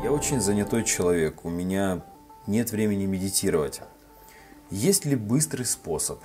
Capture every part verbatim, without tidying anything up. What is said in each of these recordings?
Я очень занятой человек, у меня нет времени медитировать. Есть ли быстрый способ?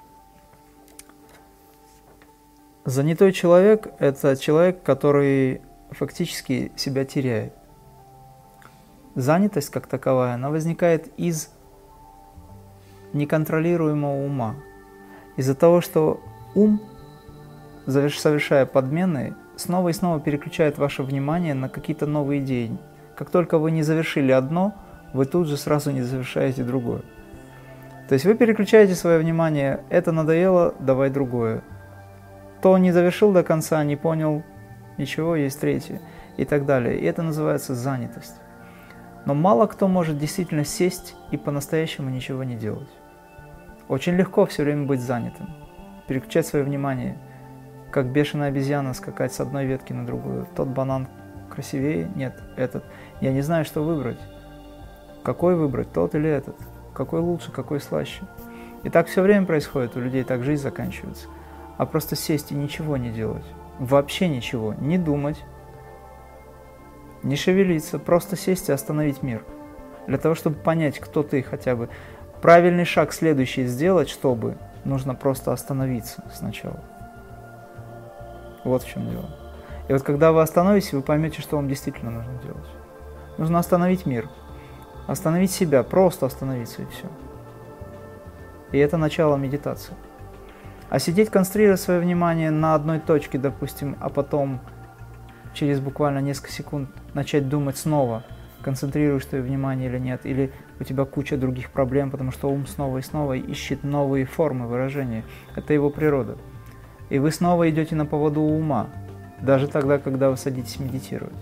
Занятой человек – это человек, который фактически себя теряет. Занятость как таковая, она возникает из неконтролируемого ума. Из-за того, что ум, совершая подмены, снова и снова переключает ваше внимание на какие-то новые идеи. Как только вы не завершили одно, вы тут же сразу не завершаете другое. То есть вы переключаете свое внимание, это надоело, давай другое. То не завершил до конца, не понял, ничего, есть третье и так далее. И это называется занятость. Но мало кто может действительно сесть и по-настоящему ничего не делать. Очень легко все время быть занятым, переключать свое внимание, как бешеная обезьяна скакать с одной ветки на другую. Тот банан красивее, нет, этот. Я не знаю, что выбрать. Какой выбрать, тот или этот? Какой лучше, какой слаще? И так все время происходит, у людей так жизнь заканчивается. А просто сесть и ничего не делать. Вообще ничего. Не думать, не шевелиться, просто сесть и остановить мир. Для того, чтобы понять, кто ты хотя бы. Правильный шаг следующий сделать, чтобы, нужно просто остановиться сначала. Вот в чем дело. И вот когда вы остановитесь, вы поймете, что вам действительно нужно делать. Нужно остановить мир. Остановить себя, просто остановиться и все. И это начало медитации. А сидеть, концентрировать свое внимание на одной точке, допустим, а потом через буквально несколько секунд начать думать снова, концентрируешь твое внимание или нет, или у тебя куча других проблем, потому что ум снова и снова ищет новые формы выражения. Это его природа. И вы снова идете на поводу ума, даже тогда, когда вы садитесь медитировать.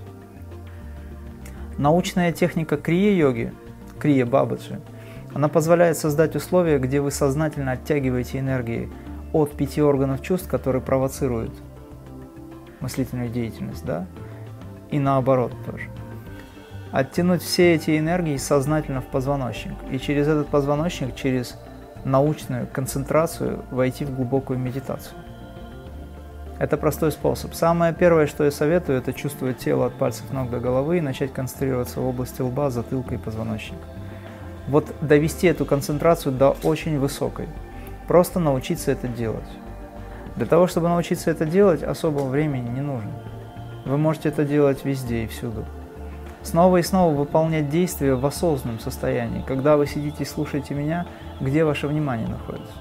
Научная техника крия-йоги, крия-бабаджи, она позволяет создать условия, где вы сознательно оттягиваете энергии от пяти органов чувств, которые провоцируют мыслительную деятельность, да, и наоборот тоже. Оттянуть все эти энергии сознательно в позвоночник, и через этот позвоночник, через научную концентрацию войти в глубокую медитацию. Это простой способ. Самое первое, что я советую, это чувствовать тело от пальцев ног до головы и начать концентрироваться в области лба, затылка и позвоночника. Вот довести эту концентрацию до очень высокой. Просто научиться это делать. Для того, чтобы научиться это делать, особого времени не нужно. Вы можете это делать везде и всюду. Снова и снова выполнять действия в осознанном состоянии. Когда вы сидите и слушаете меня, где ваше внимание находится?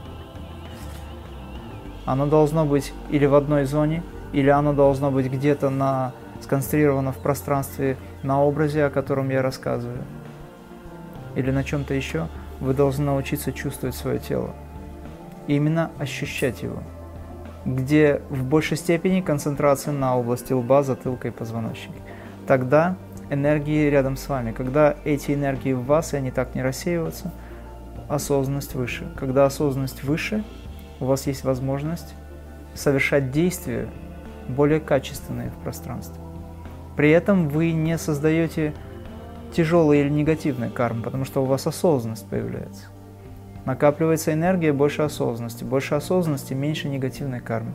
Оно должно быть или в одной зоне, или оно должно быть где-то на, сконцентрировано в пространстве на образе, о котором я рассказываю. Или на чем-то еще. Вы должны научиться чувствовать свое тело. И именно ощущать его. Где в большей степени концентрация на области лба, затылка и позвоночника. Тогда энергии рядом с вами. Когда эти энергии в вас, и они так не рассеиваются, осознанность выше. Когда осознанность выше, у вас есть возможность совершать действия более качественные в пространстве. При этом вы не создаете тяжелые или негативные кармы, потому что у вас осознанность появляется. Накапливается энергия, больше осознанности. Больше осознанности, меньше негативной кармы.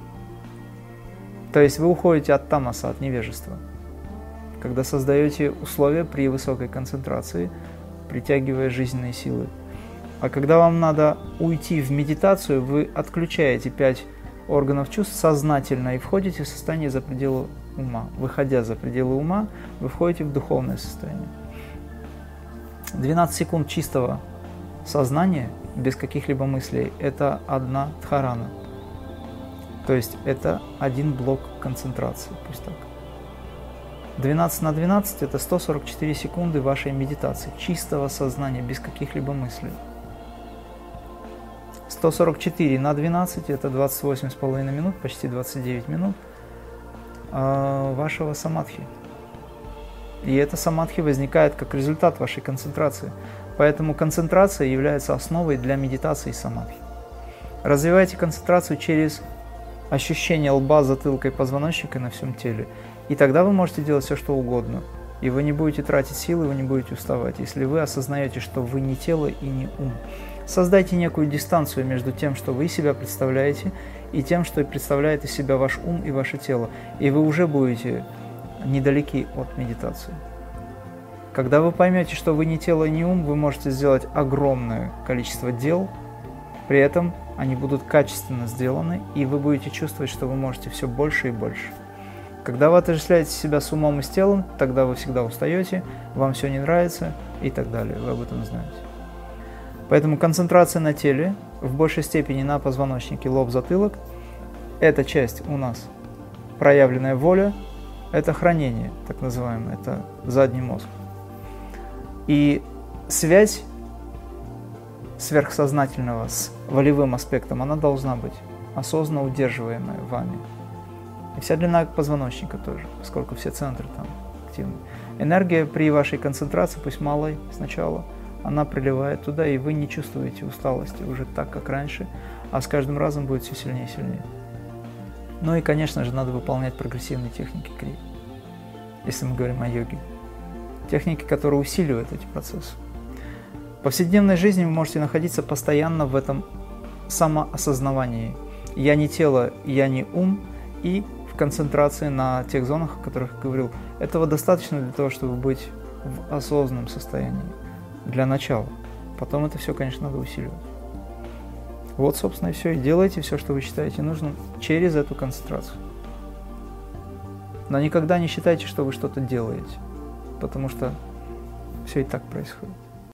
То есть вы уходите от тамаса, от невежества. Когда создаете условия при высокой концентрации, притягивая жизненные силы. А когда вам надо уйти в медитацию, вы отключаете пять органов чувств сознательно и входите в состояние за пределы ума. Выходя за пределы ума, вы входите в духовное состояние. двенадцать секунд чистого сознания, без каких-либо мыслей, это одна дхарана. То есть это один блок концентрации, пусть так. двенадцать на двенадцать – это сто сорок четыре секунды вашей медитации, чистого сознания, без каких-либо мыслей. сто сорок четыре на двенадцать – это двадцать восемь с половиной минут, почти двадцать девять минут э, вашего самадхи. И эта самадхи возникает как результат вашей концентрации. Поэтому концентрация является основой для медитации самадхи. Развивайте концентрацию через ощущение лба, затылка и позвоночника на всем теле. И тогда вы можете делать все, что угодно. И вы не будете тратить силы, вы не будете уставать, если вы осознаете, что вы не тело и не ум. Создайте некую дистанцию между тем, что вы себя представляете, и тем, что представляет из себя ваш ум и ваше тело. И вы уже будете недалеки от медитации. Когда вы поймете, что вы не тело и не ум, вы можете сделать огромное количество дел, при этом они будут качественно сделаны, и вы будете чувствовать, что вы можете все больше и больше. Когда вы отождествляете себя с умом и с телом, тогда вы всегда устаете, вам все не нравится и так далее, вы об этом знаете. Поэтому концентрация на теле, в большей степени на позвоночнике, лоб, затылок, эта часть у нас проявленная воля, это хранение, так называемое, это задний мозг. И связь сверхсознательного с волевым аспектом, она должна быть осознанно удерживаемая вами. И вся длина позвоночника тоже, поскольку все центры там активны. Энергия при вашей концентрации, пусть малой сначала, она приливает туда, и вы не чувствуете усталости уже так, как раньше, а с каждым разом будет все сильнее и сильнее. Ну и, конечно же, надо выполнять прогрессивные техники крия, если мы говорим о йоге. Техники, которые усиливают эти процессы. В повседневной жизни вы можете находиться постоянно в этом самоосознавании. Я не тело, я не ум, и в концентрации на тех зонах, о которых я говорил. Этого достаточно для того, чтобы быть в осознанном состоянии. Для начала. Потом это все, конечно, надо усиливать. Вот, собственно, и все. И делайте все, что вы считаете нужным через эту концентрацию. Но никогда не считайте, что вы что-то делаете, потому что все и так происходит.